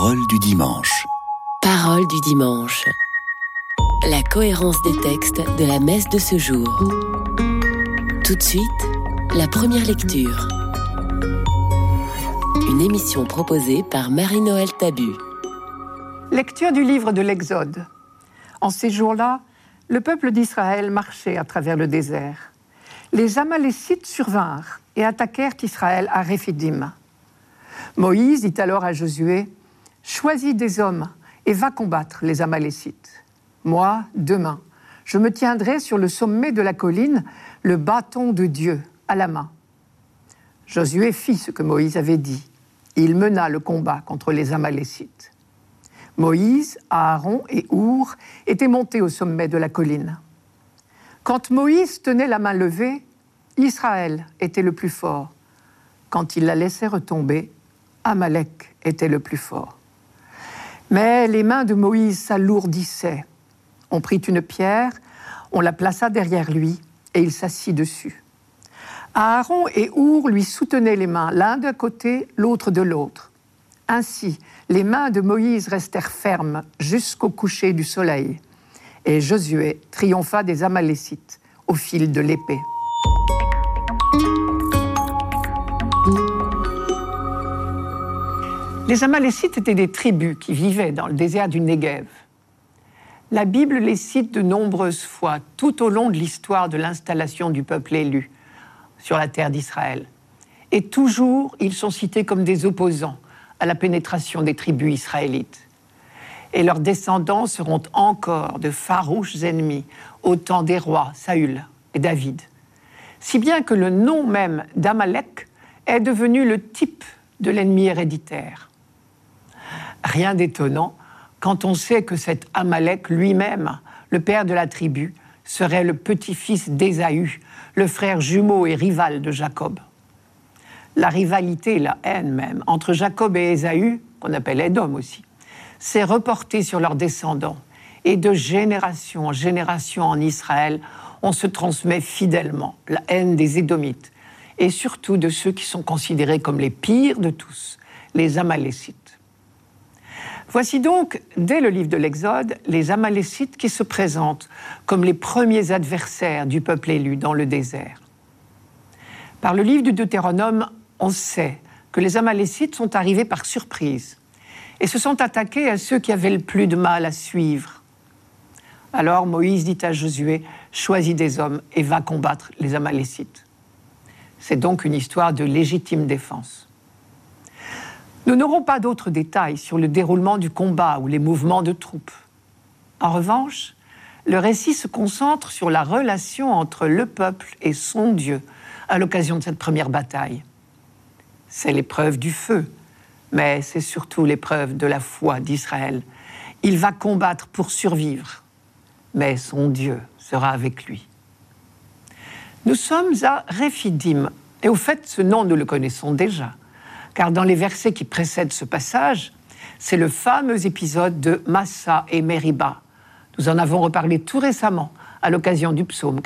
Parole du dimanche. Parole du dimanche. La cohérence des textes de la messe de ce jour. Tout de suite, la première lecture. Une émission proposée par Marie-Noël Tabu. Lecture du livre de l'Exode. En ces jours-là, le peuple d'Israël marchait à travers le désert. Les Amalécites survinrent et attaquèrent Israël à Réphidim. Moïse dit alors à Josué : « Choisis des hommes et va combattre les Amalécites. Moi, demain, je me tiendrai sur le sommet de la colline, le bâton de Dieu à la main. » Josué fit ce que Moïse avait dit. Il mena le combat contre les Amalécites. Moïse, Aaron et Our étaient montés au sommet de la colline. Quand Moïse tenait la main levée, Israël était le plus fort. Quand il la laissait retomber, Amalek était le plus fort. Mais les mains de Moïse s'alourdissaient. On prit une pierre, on la plaça derrière lui et il s'assit dessus. Aaron et Our lui soutenaient les mains, l'un d'un côté, l'autre de l'autre. Ainsi, les mains de Moïse restèrent fermes jusqu'au coucher du soleil. Et Josué triompha des Amalécites au fil de l'épée. Les Amalécites étaient des tribus qui vivaient dans le désert du Negev. La Bible les cite de nombreuses fois tout au long de l'histoire de l'installation du peuple élu sur la terre d'Israël. Et toujours, ils sont cités comme des opposants à la pénétration des tribus israélites. Et leurs descendants seront encore de farouches ennemis au temps des rois Saül et David. Si bien que le nom même d'Amalek est devenu le type de l'ennemi héréditaire. Rien d'étonnant quand on sait que cet Amalek lui-même, le père de la tribu, serait le petit-fils d'Ésaü, le frère jumeau et rival de Jacob. La rivalité, la haine même, entre Jacob et Ésaü, qu'on appelle Édom aussi, s'est reportée sur leurs descendants. Et de génération en génération en Israël, on se transmet fidèlement la haine des Édomites, et surtout de ceux qui sont considérés comme les pires de tous, les Amalécites. Voici donc, dès le livre de l'Exode, les Amalécites qui se présentent comme les premiers adversaires du peuple élu dans le désert. Par le livre du Deutéronome, on sait que les Amalécites sont arrivés par surprise et se sont attaqués à ceux qui avaient le plus de mal à suivre. Alors Moïse dit à Josué : « Choisis des hommes et va combattre les Amalécites. » C'est donc une histoire de légitime défense. Nous n'aurons pas d'autres détails sur le déroulement du combat ou les mouvements de troupes. En revanche, le récit se concentre sur la relation entre le peuple et son Dieu à l'occasion de cette première bataille. C'est l'épreuve du feu, mais c'est surtout l'épreuve de la foi d'Israël. Il va combattre pour survivre, mais son Dieu sera avec lui. Nous sommes à Réphidim, et au fait, ce nom, nous le connaissons déjà, car dans les versets qui précèdent ce passage, c'est le fameux épisode de Massa et Mériba. Nous en avons reparlé tout récemment, à l'occasion du psaume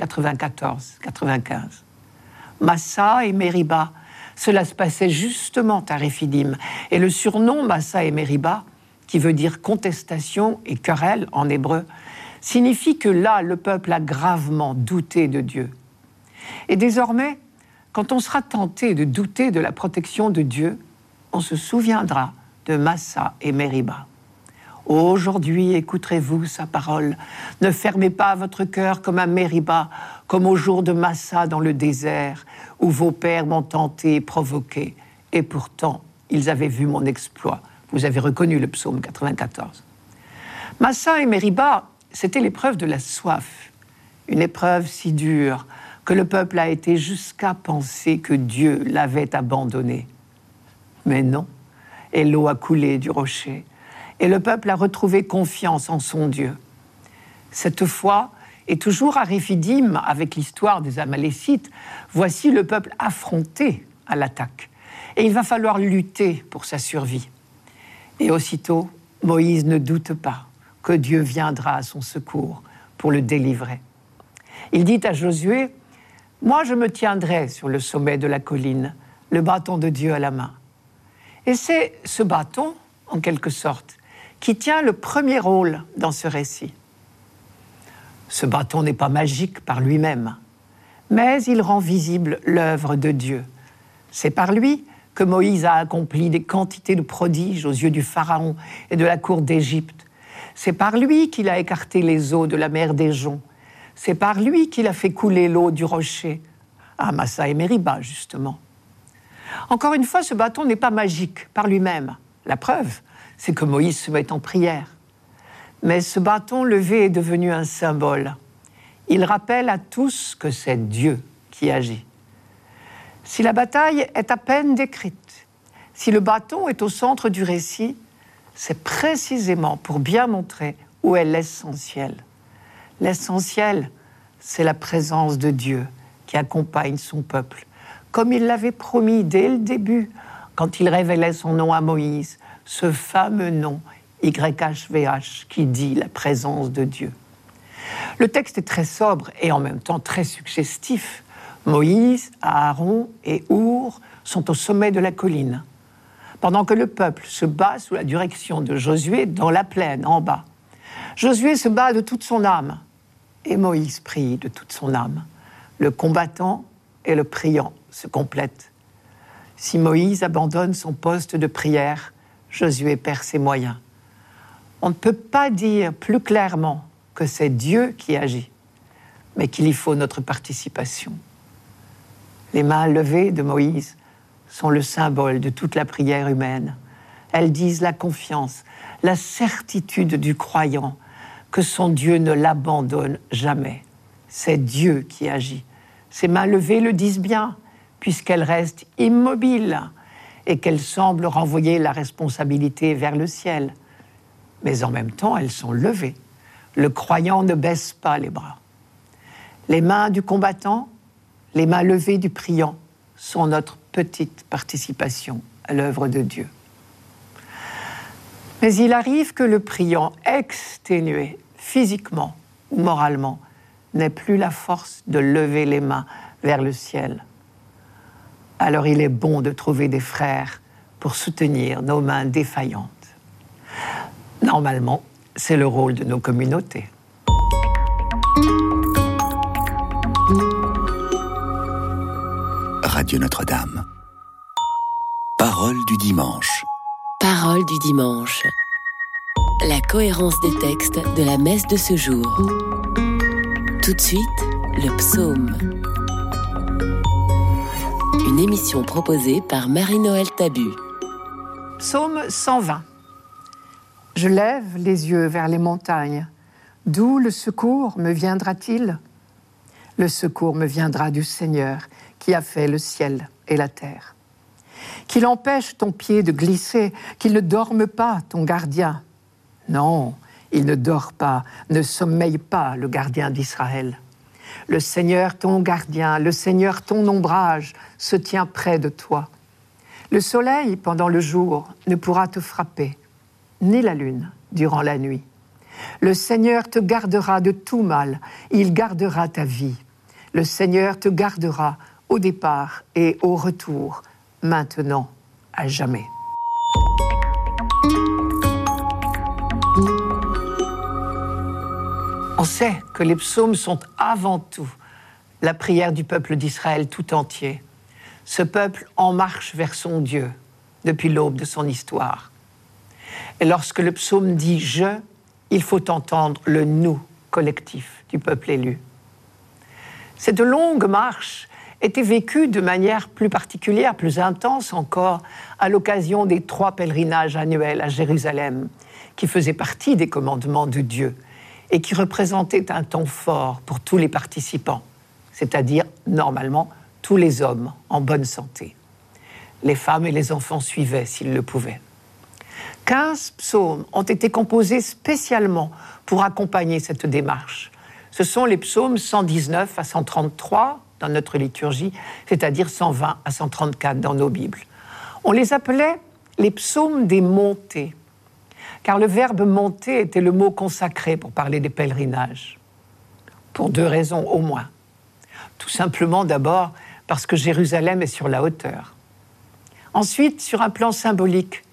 94-95. Massa et Mériba, cela se passait justement à Réphidim, et le surnom Massa et Mériba, qui veut dire contestation et querelle en hébreu, signifie que là, le peuple a gravement douté de Dieu. Et désormais, quand on sera tenté de douter de la protection de Dieu, on se souviendra de Massa et Mériba. Aujourd'hui, écouterez-vous sa parole. Ne fermez pas votre cœur comme à Mériba, comme au jour de Massa dans le désert, où vos pères m'ont tenté et provoqué. Et pourtant, ils avaient vu mon exploit. Vous avez reconnu le psaume 94. Massa et Mériba, c'était l'épreuve de la soif. Une épreuve si dure que le peuple a été jusqu'à penser que Dieu l'avait abandonné. Mais non, et l'eau a coulé du rocher, et le peuple a retrouvé confiance en son Dieu. Cette fois, et toujours à Réphidim, avec l'histoire des Amalécites, voici le peuple affronté à l'attaque. Et il va falloir lutter pour sa survie. Et aussitôt, Moïse ne doute pas que Dieu viendra à son secours pour le délivrer. Il dit à Josué : « Moi, je me tiendrai sur le sommet de la colline, le bâton de Dieu à la main. » Et c'est ce bâton, en quelque sorte, qui tient le premier rôle dans ce récit. Ce bâton n'est pas magique par lui-même, mais il rend visible l'œuvre de Dieu. C'est par lui que Moïse a accompli des quantités de prodiges aux yeux du Pharaon et de la cour d'Égypte. C'est par lui qu'il a écarté les eaux de la mer des Joncs. C'est par lui qu'il a fait couler l'eau du rocher, à Massa et Mériba, justement. Encore une fois, ce bâton n'est pas magique par lui-même. La preuve, c'est que Moïse se met en prière. Mais ce bâton levé est devenu un symbole. Il rappelle à tous que c'est Dieu qui agit. Si la bataille est à peine décrite, si le bâton est au centre du récit, c'est précisément pour bien montrer où est l'essentiel. L'essentiel, c'est la présence de Dieu qui accompagne son peuple, comme il l'avait promis dès le début, quand il révélait son nom à Moïse, ce fameux nom, YHVH, qui dit la présence de Dieu. Le texte est très sobre et en même temps très suggestif. Moïse, Aaron et Our sont au sommet de la colline, pendant que le peuple se bat sous la direction de Josué dans la plaine, en bas. Josué se bat de toute son âme, et Moïse prie de toute son âme. Le combattant et le priant se complètent. Si Moïse abandonne son poste de prière, Josué perd ses moyens. On ne peut pas dire plus clairement que c'est Dieu qui agit, mais qu'il y faut notre participation. Les mains levées de Moïse sont le symbole de toute la prière humaine. Elles disent la confiance, la certitude du croyant que son Dieu ne l'abandonne jamais. C'est Dieu qui agit. Ses mains levées le disent bien, puisqu'elles restent immobiles et qu'elles semblent renvoyer la responsabilité vers le ciel. Mais en même temps, elles sont levées. Le croyant ne baisse pas les bras. Les mains du combattant, les mains levées du priant sont notre petite participation à l'œuvre de Dieu. Mais il arrive que le priant, exténué physiquement ou moralement, n'ait plus la force de lever les mains vers le ciel. Alors il est bon de trouver des frères pour soutenir nos mains défaillantes. Normalement, c'est le rôle de nos communautés. Radio Notre-Dame. Parole du dimanche. Parole du dimanche. La cohérence des textes de la messe de ce jour. Tout de suite, le psaume. Une émission proposée par Marie-Noël Tabu. Psaume 120. Je lève les yeux vers les montagnes. D'où le secours me viendra-t-il ? Le secours me viendra du Seigneur qui a fait le ciel et la terre. Qu'il empêche ton pied de glisser, qu'il ne dorme pas ton gardien. Non, il ne dort pas, ne sommeille pas le gardien d'Israël. Le Seigneur ton gardien, le Seigneur ton ombrage se tient près de toi. Le soleil, pendant le jour, ne pourra te frapper, ni la lune durant la nuit. Le Seigneur te gardera de tout mal, il gardera ta vie. Le Seigneur te gardera au départ et au retour, maintenant, à jamais. On sait que les psaumes sont avant tout la prière du peuple d'Israël tout entier. Ce peuple en marche vers son Dieu depuis l'aube de son histoire. Et lorsque le psaume dit « je », il faut entendre le « nous » collectif du peuple élu. Cette longue marche était vécue de manière plus particulière, plus intense encore, à l'occasion des 3 pèlerinages annuels à Jérusalem, qui faisaient partie des commandements de Dieu et qui représentaient un temps fort pour tous les participants, c'est-à-dire, normalement, tous les hommes en bonne santé. Les femmes et les enfants suivaient s'ils le pouvaient. 15 psaumes ont été composés spécialement pour accompagner cette démarche. Ce sont les psaumes 119 à 133 dans notre liturgie, c'est-à-dire 120 à 134 dans nos Bibles. On les appelait les psaumes des montées, car le verbe « monter » était le mot consacré pour parler des pèlerinages. Pour 2 raisons au moins. Tout simplement d'abord parce que Jérusalem est sur la hauteur. Ensuite, sur un plan symbolique,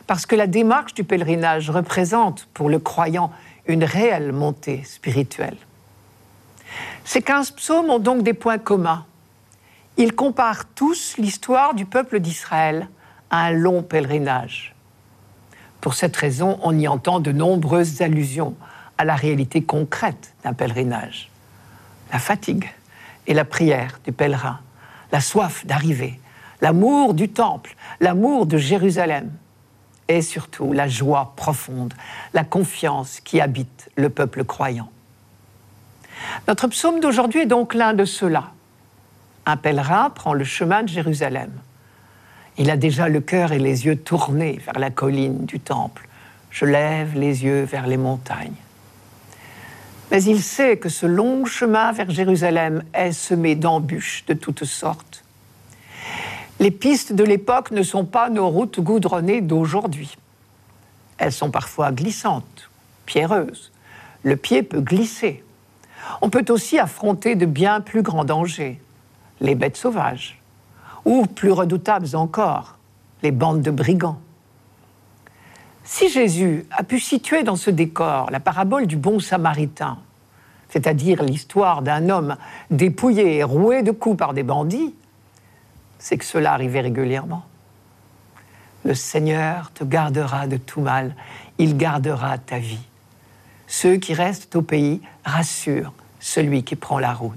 parce que la démarche du pèlerinage représente pour le croyant une réelle montée spirituelle. Ces 15 psaumes ont donc des points communs. Ils comparent tous l'histoire du peuple d'Israël à un long pèlerinage. Pour cette raison, on y entend de nombreuses allusions à la réalité concrète d'un pèlerinage. La fatigue et la prière du pèlerin, la soif d'arriver, l'amour du temple, l'amour de Jérusalem, et surtout la joie profonde, la confiance qui habite le peuple croyant. Notre psaume d'aujourd'hui est donc l'un de ceux-là. Un pèlerin prend le chemin de Jérusalem. Il a déjà le cœur et les yeux tournés vers la colline du temple. Je lève les yeux vers les montagnes. Mais il sait que ce long chemin vers Jérusalem est semé d'embûches de toutes sortes. Les pistes de l'époque ne sont pas nos routes goudronnées d'aujourd'hui. Elles sont parfois glissantes, pierreuses. Le pied peut glisser. On peut aussi affronter de bien plus grands dangers, les bêtes sauvages, ou plus redoutables encore, les bandes de brigands. Si Jésus a pu situer dans ce décor la parabole du bon samaritain, c'est-à-dire l'histoire d'un homme dépouillé et roué de coups par des bandits, c'est que cela arrivait régulièrement. Le Seigneur te gardera de tout mal, il gardera ta vie. Ceux qui restent au pays rassurent celui qui prend la route.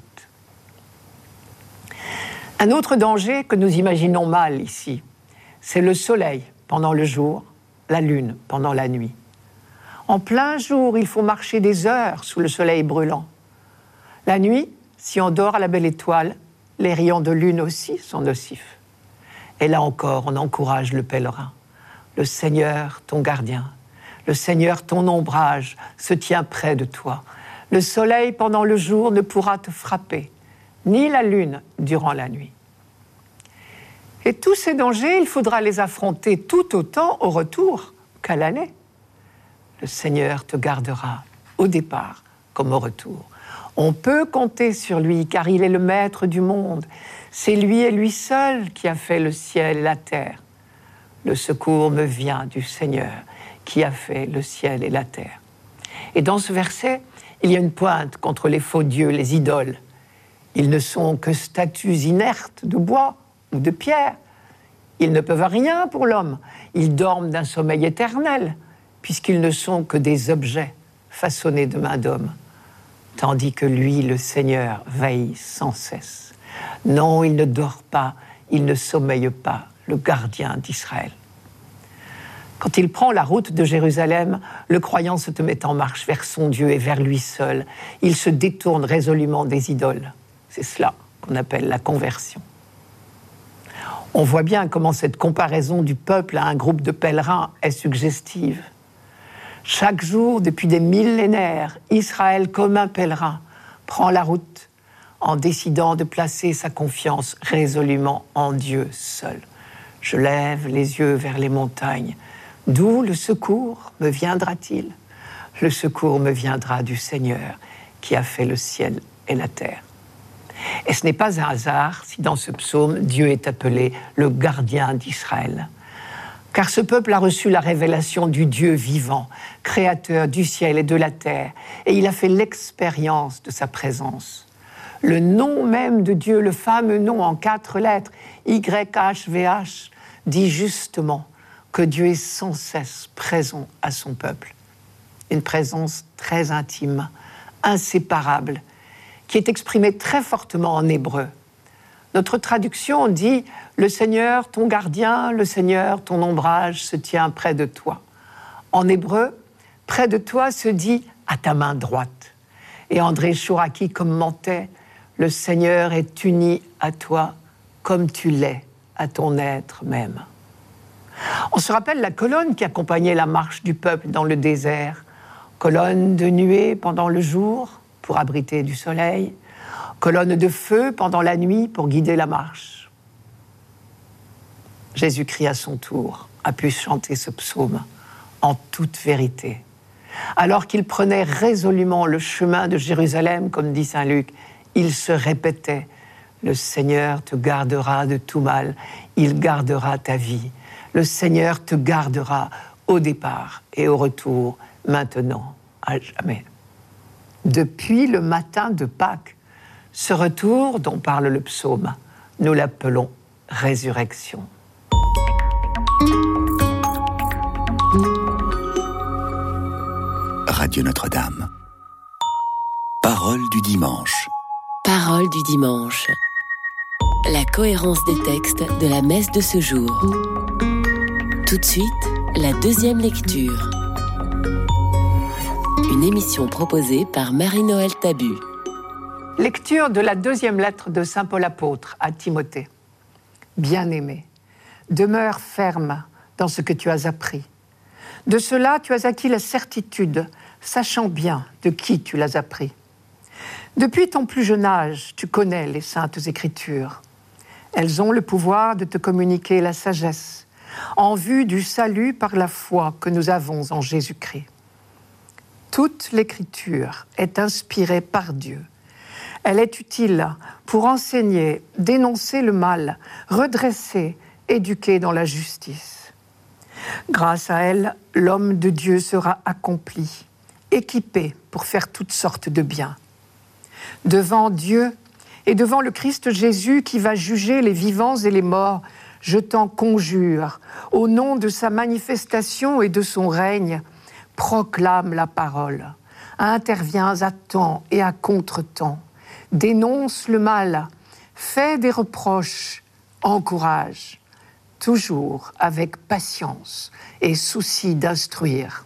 Un autre danger que nous imaginons mal ici, c'est le soleil pendant le jour, la lune pendant la nuit. En plein jour, il faut marcher des heures sous le soleil brûlant. La nuit, si on dort à la belle étoile, les rayons de lune aussi sont nocifs. Et là encore, on encourage le pèlerin. Le Seigneur, ton gardien, le Seigneur, ton ombrage, se tient près de toi. Le soleil pendant le jour ne pourra te frapper, ni la lune durant la nuit. Et tous ces dangers, il faudra les affronter tout autant au retour qu'à l'aller. Le Seigneur te gardera au départ comme au retour. On peut compter sur lui, car il est le maître du monde. C'est lui et lui seul qui a fait le ciel et la terre. Le secours me vient du Seigneur, qui a fait le ciel et la terre. Et dans ce verset, il y a une pointe contre les faux dieux, les idoles. Ils ne sont que statues inertes de bois ou de pierre. Ils ne peuvent rien pour l'homme. Ils dorment d'un sommeil éternel, puisqu'ils ne sont que des objets façonnés de main d'homme. Tandis que lui, le Seigneur, veille sans cesse. Non, il ne dort pas, il ne sommeille pas, le gardien d'Israël. Quand il prend la route de Jérusalem, le croyant se met en marche vers son Dieu et vers lui seul. Il se détourne résolument des idoles. C'est cela qu'on appelle la conversion. On voit bien comment cette comparaison du peuple à un groupe de pèlerins est suggestive. Chaque jour, depuis des millénaires, Israël, comme un pèlerin, prend la route en décidant de placer sa confiance résolument en Dieu seul. Je lève les yeux vers les montagnes. D'où le secours me viendra-t-il ? Le secours me viendra du Seigneur qui a fait le ciel et la terre. Et ce n'est pas un hasard si dans ce psaume, Dieu est appelé le gardien d'Israël. Car ce peuple a reçu la révélation du Dieu vivant, créateur du ciel et de la terre, et il a fait l'expérience de sa présence. Le nom même de Dieu, le fameux nom en 4 lettres, YHVH, dit justement que Dieu est sans cesse présent à son peuple. Une présence très intime, inséparable, qui est exprimée très fortement en hébreu. Notre traduction dit « Le Seigneur, ton gardien, le Seigneur, ton ombrage, se tient près de toi ». En hébreu, « près de toi » se dit « à ta main droite ». Et André Chouraki commentait « Le Seigneur est uni à toi comme tu l'es à ton être même ». On se rappelle la colonne qui accompagnait la marche du peuple dans le désert. Colonne de nuée pendant le jour pour abriter du soleil, colonne de feu pendant la nuit pour guider la marche. Jésus-Christ à son tour a pu chanter ce psaume en toute vérité. Alors qu'il prenait résolument le chemin de Jérusalem, comme dit saint Luc, il se répétait « Le Seigneur te gardera de tout mal, il gardera ta vie. Le Seigneur te gardera au départ et au retour, maintenant, à jamais. Depuis le matin de Pâques, ce retour dont parle le psaume, nous l'appelons résurrection. Radio Notre-Dame. Parole du dimanche. Parole du dimanche. La cohérence des textes de la messe de ce jour. Tout de suite, la deuxième lecture. Une émission proposée par Marie-Noël Tabu. Lecture de la deuxième lettre de saint Paul apôtre à Timothée. Bien-aimé, demeure ferme dans ce que tu as appris. De cela, tu as acquis la certitude, sachant bien de qui tu l'as appris. Depuis ton plus jeune âge, tu connais les saintes Écritures. Elles ont le pouvoir de te communiquer la sagesse, en vue du salut par la foi que nous avons en Jésus-Christ. Toute l'Écriture est inspirée par Dieu. Elle est utile pour enseigner, dénoncer le mal, redresser, éduquer dans la justice. Grâce à elle, l'homme de Dieu sera accompli, équipé pour faire toutes sortes de biens. Devant Dieu et devant le Christ Jésus qui va juger les vivants et les morts, je t'en conjure, au nom de sa manifestation et de son règne, proclame la parole, interviens à temps et à contre-temps, dénonce le mal, fais des reproches, encourage, toujours avec patience et souci d'instruire.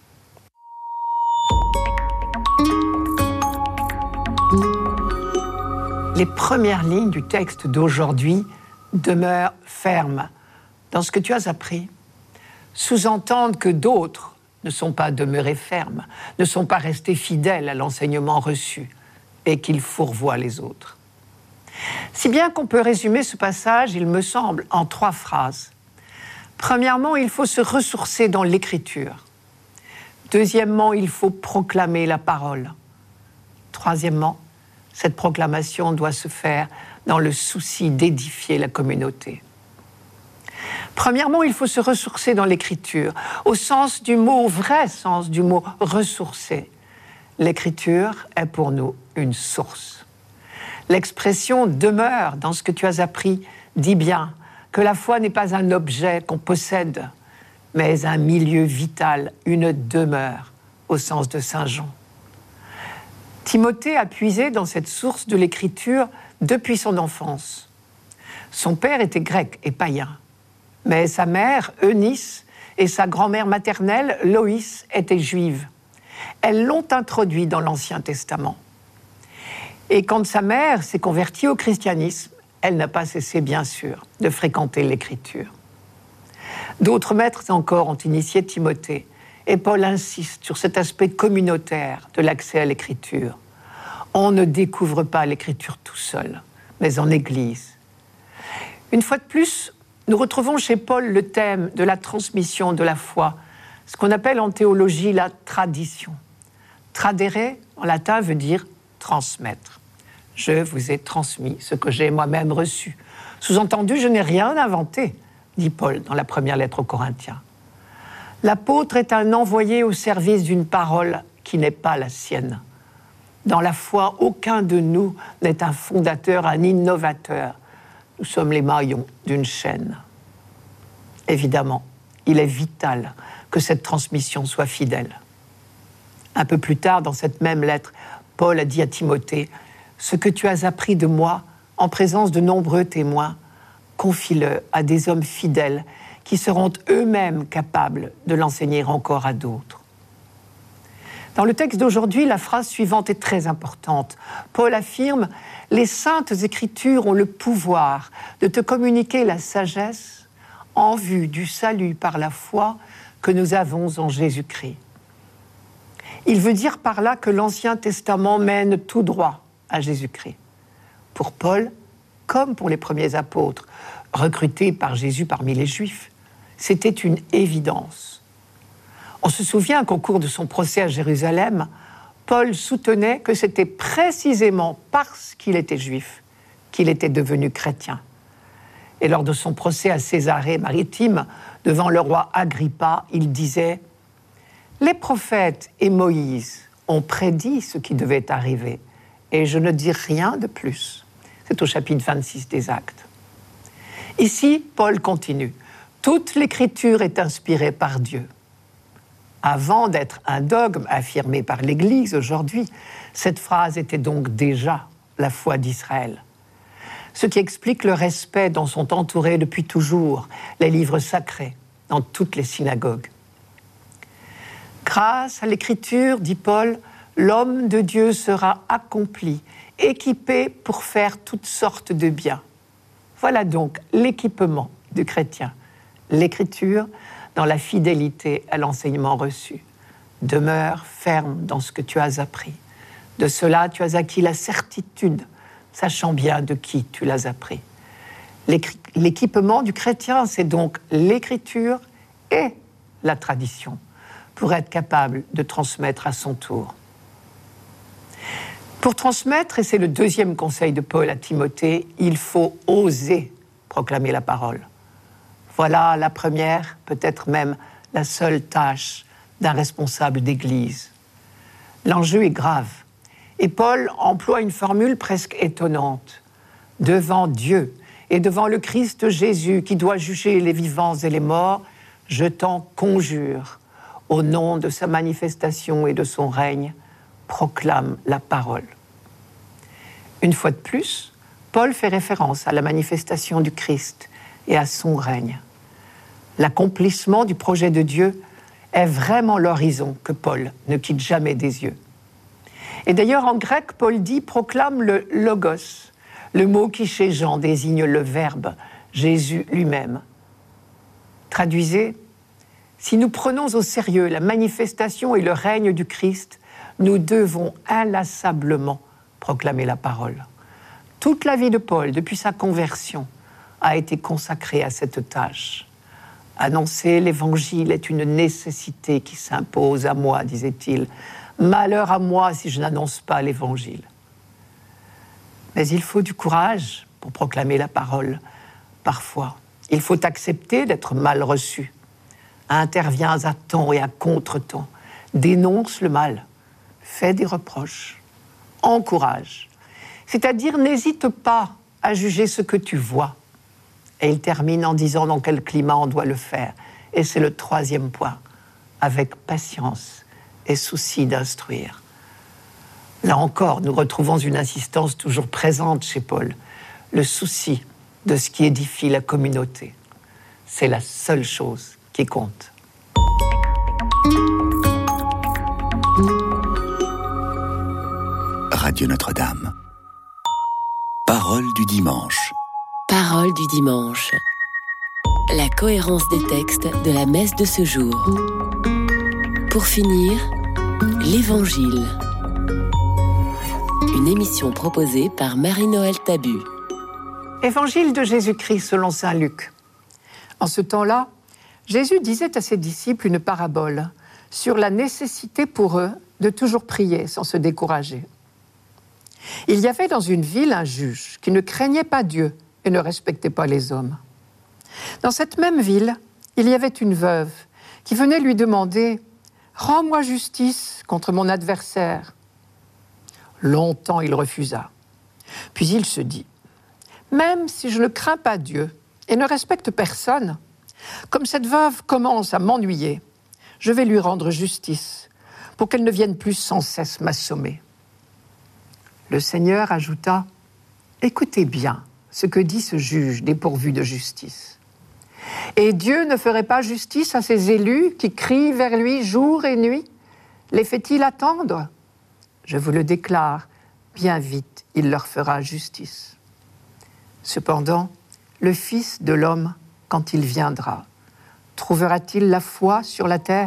Les premières lignes du texte d'aujourd'hui demeurent fermes dans ce que tu as appris. Sous-entendent que d'autres ne sont pas demeurés fermes, ne sont pas restés fidèles à l'enseignement reçu et qu'ils fourvoient les autres. Si bien qu'on peut résumer ce passage, il me semble, en 3 phrases. Premièrement, il faut se ressourcer dans l'Écriture. Deuxièmement, il faut proclamer la parole. Troisièmement, cette proclamation doit se faire dans le souci d'édifier la communauté. Premièrement, il faut se ressourcer dans l'Écriture, au sens du mot, au vrai sens du mot « ressourcer ». L'Écriture est pour nous une source. L'expression « demeure dans ce que tu as appris » dit bien que la foi n'est pas un objet qu'on possède, mais un milieu vital, une demeure, au sens de saint Jean. Timothée a puisé dans cette source de l'Écriture depuis son enfance. Son père était grec et païen, mais sa mère, Eunice, et sa grand-mère maternelle, Loïs, étaient juives. Elles l'ont introduit dans l'Ancien Testament. Et quand sa mère s'est convertie au christianisme, elle n'a pas cessé, bien sûr, de fréquenter l'Écriture. D'autres maîtres encore ont initié Timothée, et Paul insiste sur cet aspect communautaire de l'accès à l'Écriture. On ne découvre pas l'Écriture tout seul, mais en Église. Une fois de plus, nous retrouvons chez Paul le thème de la transmission de la foi, ce qu'on appelle en théologie la tradition. Tradere, en latin, veut dire transmettre. Je vous ai transmis ce que j'ai moi-même reçu. Sous-entendu, je n'ai rien inventé, dit Paul dans la première lettre aux Corinthiens. L'apôtre est un envoyé au service d'une parole qui n'est pas la sienne. Dans la foi, aucun de nous n'est un fondateur, un innovateur. Nous sommes les maillons d'une chaîne. Évidemment, il est vital que cette transmission soit fidèle. Un peu plus tard, dans cette même lettre, Paul a dit à Timothée « Ce que tu as appris de moi, en présence de nombreux témoins, confie-le à des hommes fidèles qui seront eux-mêmes capables de l'enseigner encore à d'autres. » Dans le texte d'aujourd'hui, la phrase suivante est très importante. Paul affirme « Les saintes Écritures ont le pouvoir de te communiquer la sagesse en vue du salut par la foi que nous avons en Jésus-Christ. » Il veut dire par là que l'Ancien Testament mène tout droit à Jésus-Christ. Pour Paul, comme pour les premiers apôtres, recrutés par Jésus parmi les Juifs, c'était une évidence. On se souvient qu'au cours de son procès à Jérusalem, Paul soutenait que c'était précisément parce qu'il était juif qu'il était devenu chrétien. Et lors de son procès à Césarée maritime, devant le roi Agrippa, il disait « Les prophètes et Moïse ont prédit ce qui devait arriver, et je ne dis rien de plus. » C'est au chapitre 26 des Actes. Ici, Paul continue. « Toute l'écriture est inspirée par Dieu. » Avant d'être un dogme affirmé par l'Église aujourd'hui, cette phrase était donc déjà la foi d'Israël. Ce qui explique le respect dont sont entourés depuis toujours les livres sacrés dans toutes les synagogues. Grâce à l'Écriture, dit Paul, l'homme de Dieu sera accompli, équipé pour faire toutes sortes de biens. Voilà donc l'équipement du chrétien. L'Écriture dans la fidélité à l'enseignement reçu. Demeure ferme dans ce que tu as appris. De cela, tu as acquis la certitude, sachant bien de qui tu l'as appris. L'équipement du chrétien, c'est donc l'Écriture et la tradition, pour être capable de transmettre à son tour. Pour transmettre, et c'est le deuxième conseil de Paul à Timothée, il faut oser proclamer la parole. Voilà la première, peut-être même la seule tâche d'un responsable d'Église. L'enjeu est grave. Et Paul emploie une formule presque étonnante. Devant Dieu et devant le Christ Jésus qui doit juger les vivants et les morts, je t'en conjure, au nom de sa manifestation et de son règne, proclame la parole. Une fois de plus, Paul fait référence à la manifestation du Christ et à son règne. L'accomplissement du projet de Dieu est vraiment l'horizon que Paul ne quitte jamais des yeux. Et d'ailleurs, en grec, Paul dit « proclame le logos », le mot qui chez Jean désigne le verbe, Jésus lui-même. Traduisez, si nous prenons au sérieux la manifestation et le règne du Christ, nous devons inlassablement proclamer la parole. Toute la vie de Paul, depuis sa conversion, a été consacrée à cette tâche. Annoncer l'Évangile est une nécessité qui s'impose à moi, disait-il. Malheur à moi si je n'annonce pas l'Évangile. Mais il faut du courage pour proclamer la parole. Parfois, il faut accepter d'être mal reçu. Interviens à temps et à contre-temps. Dénonce le mal. Fais des reproches. Encourage. C'est-à-dire, n'hésite pas à juger ce que tu vois. Et il termine en disant dans quel climat on doit le faire. Et c'est le troisième point. Avec patience et souci d'instruire. Là encore, nous retrouvons une insistance toujours présente chez Paul. Le souci de ce qui édifie la communauté. C'est la seule chose qui compte. Radio Notre-Dame. Parole du dimanche. Parole du dimanche. La cohérence des textes de la messe de ce jour. Pour finir, l'Évangile. Une émission proposée par Marie-Noël Tabu. Évangile de Jésus-Christ selon saint Luc. En ce temps-là, Jésus disait à ses disciples une parabole sur la nécessité pour eux de toujours prier sans se décourager. Il y avait dans une ville un juge qui ne craignait pas Dieu et ne respectait pas les hommes. Dans cette même ville, il y avait une veuve qui venait lui demander « Rends-moi justice contre mon adversaire ». Longtemps, il refusa. Puis il se dit « Même si je ne crains pas Dieu et ne respecte personne, comme cette veuve commence à m'ennuyer, je vais lui rendre justice pour qu'elle ne vienne plus sans cesse m'assommer. » Le Seigneur ajouta « Écoutez bien ce que dit ce juge dépourvu de justice. Et Dieu ne ferait pas justice à ses élus qui crient vers lui jour et nuit? Les fait-il attendre? Je vous le déclare, bien vite il leur fera justice. Cependant, le Fils de l'homme, quand il viendra, trouvera-t-il la foi sur la terre? »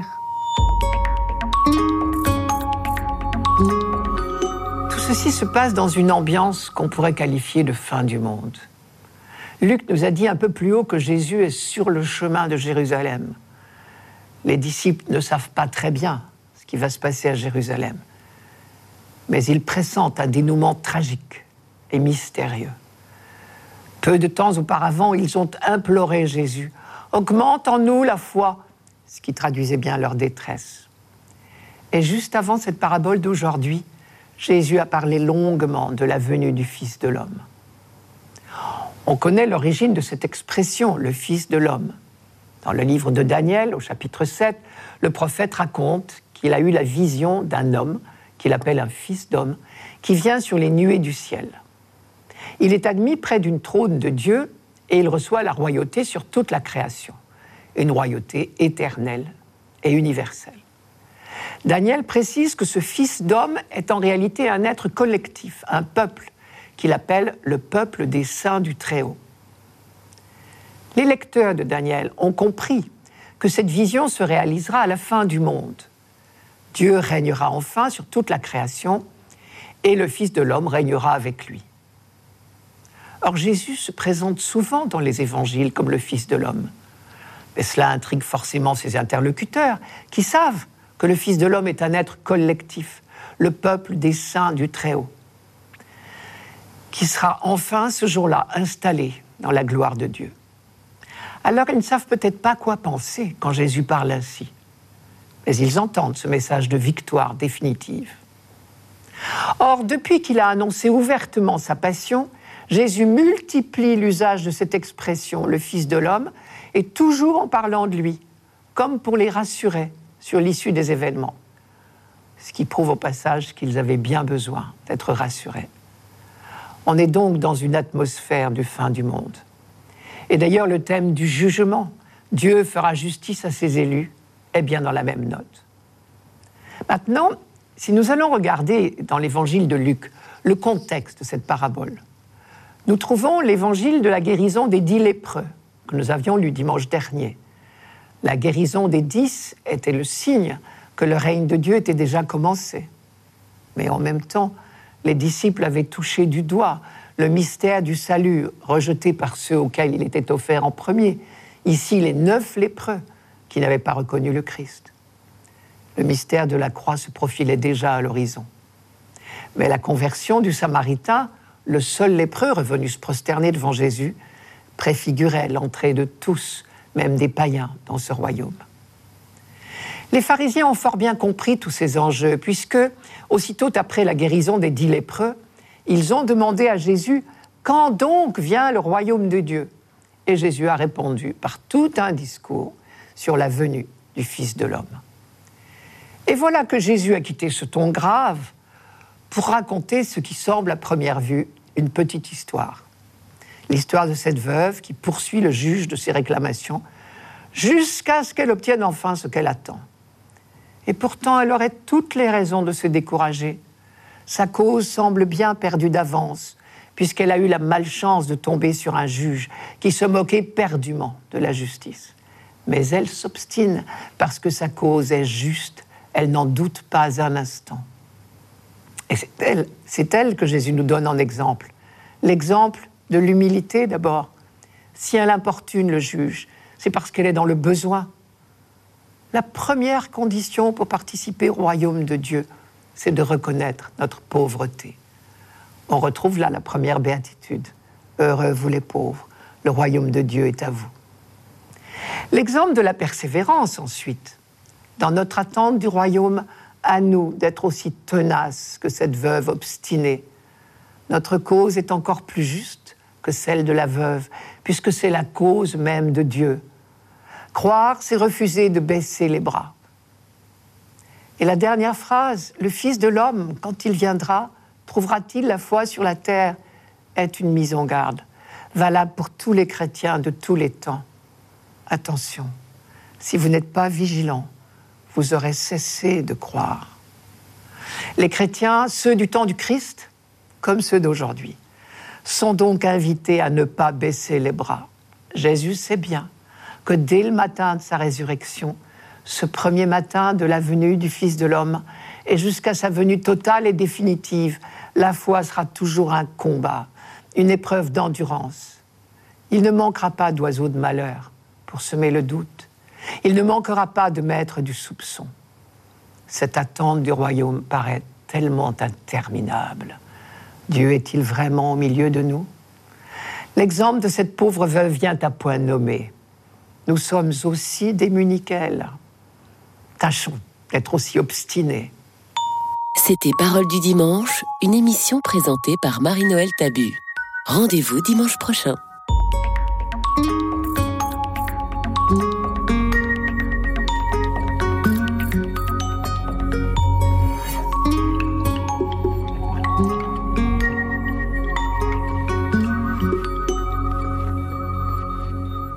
Tout ceci se passe dans une ambiance qu'on pourrait qualifier de fin du monde. Luc nous a dit un peu plus haut que Jésus est sur le chemin de Jérusalem. Les disciples ne savent pas très bien ce qui va se passer à Jérusalem, mais ils pressentent un dénouement tragique et mystérieux. Peu de temps auparavant, ils ont imploré Jésus « Augmente en nous la foi », ce qui traduisait bien leur détresse. Et juste avant cette parabole d'aujourd'hui, Jésus a parlé longuement de la venue du Fils de l'homme. On connaît l'origine de cette expression, le Fils de l'homme. Dans le livre de Daniel, au chapitre 7, le prophète raconte qu'il a eu la vision d'un homme, qu'il appelle un fils d'homme, qui vient sur les nuées du ciel. Il est admis près d'une trône de Dieu et il reçoit la royauté sur toute la création, une royauté éternelle et universelle. Daniel précise que ce fils d'homme est en réalité un être collectif, un peuple, qu'il appelle le peuple des saints du Très-Haut. Les lecteurs de Daniel ont compris que cette vision se réalisera à la fin du monde. Dieu régnera enfin sur toute la création et le Fils de l'homme régnera avec lui. Or, Jésus se présente souvent dans les évangiles comme le Fils de l'homme. Mais cela intrigue forcément ses interlocuteurs qui savent que le Fils de l'homme est un être collectif, le peuple des saints du Très-Haut, qui sera enfin ce jour-là installé dans la gloire de Dieu. Alors ils ne savent peut-être pas quoi penser quand Jésus parle ainsi, mais ils entendent ce message de victoire définitive. Or, depuis qu'il a annoncé ouvertement sa passion, Jésus multiplie l'usage de cette expression, le Fils de l'homme, et toujours en parlant de lui, comme pour les rassurer sur l'issue des événements, ce qui prouve au passage qu'ils avaient bien besoin d'être rassurés. On est donc dans une atmosphère du fin du monde. Et d'ailleurs, le thème du jugement, Dieu fera justice à ses élus, est bien dans la même note. Maintenant, si nous allons regarder dans l'évangile de Luc le contexte de cette parabole, nous trouvons l'évangile de la guérison des 10 lépreux que nous avions lu dimanche dernier. La guérison des 10 était le signe que le règne de Dieu était déjà commencé. Mais en même temps, les disciples avaient touché du doigt le mystère du salut rejeté par ceux auxquels il était offert en premier. Ici, les 9 lépreux qui n'avaient pas reconnu le Christ. Le mystère de la croix se profilait déjà à l'horizon. Mais la conversion du Samaritain, le seul lépreux revenu se prosterner devant Jésus, préfigurait l'entrée de tous, même des païens, dans ce royaume. Les pharisiens ont fort bien compris tous ces enjeux, puisque, aussitôt après la guérison des 10 lépreux, ils ont demandé à Jésus « Quand donc vient le royaume de Dieu ?» Et Jésus a répondu par tout un discours sur la venue du Fils de l'homme. Et voilà que Jésus a quitté ce ton grave pour raconter ce qui semble à première vue une petite histoire. L'histoire de cette veuve qui poursuit le juge de ses réclamations jusqu'à ce qu'elle obtienne enfin ce qu'elle attend. Et pourtant, elle aurait toutes les raisons de se décourager. Sa cause semble bien perdue d'avance, puisqu'elle a eu la malchance de tomber sur un juge qui se moquait perdument de la justice. Mais elle s'obstine parce que sa cause est juste, elle n'en doute pas un instant. Et c'est elle que Jésus nous donne en exemple. L'exemple de l'humilité d'abord. Si elle importune le juge, c'est parce qu'elle est dans le besoin. La première condition pour participer au royaume de Dieu, c'est de reconnaître notre pauvreté. On retrouve là la première béatitude. Heureux vous les pauvres, le royaume de Dieu est à vous. L'exemple de la persévérance ensuite. Dans notre attente du royaume, à nous d'être aussi tenaces que cette veuve obstinée. Notre cause est encore plus juste que celle de la veuve, puisque c'est la cause même de Dieu. Croire, c'est refuser de baisser les bras. Et la dernière phrase, le Fils de l'homme, quand il viendra, trouvera-t-il la foi sur la terre, est une mise en garde, valable pour tous les chrétiens de tous les temps. Attention, si vous n'êtes pas vigilants, vous aurez cessé de croire. Les chrétiens, ceux du temps du Christ, comme ceux d'aujourd'hui, sont donc invités à ne pas baisser les bras. Jésus sait bien que dès le matin de sa résurrection, ce premier matin de la venue du Fils de l'homme, et jusqu'à sa venue totale et définitive, la foi sera toujours un combat, une épreuve d'endurance. Il ne manquera pas d'oiseaux de malheur pour semer le doute. Il ne manquera pas de maîtres du soupçon. Cette attente du royaume paraît tellement interminable. Dieu est-il vraiment au milieu de nous ? L'exemple de cette pauvre veuve vient à point nommé. Nous sommes aussi démunis qu'elle. Tâchons d'être aussi obstinés. C'était Parole du dimanche, une émission présentée par Marie-Noël Tabu. Rendez-vous dimanche prochain.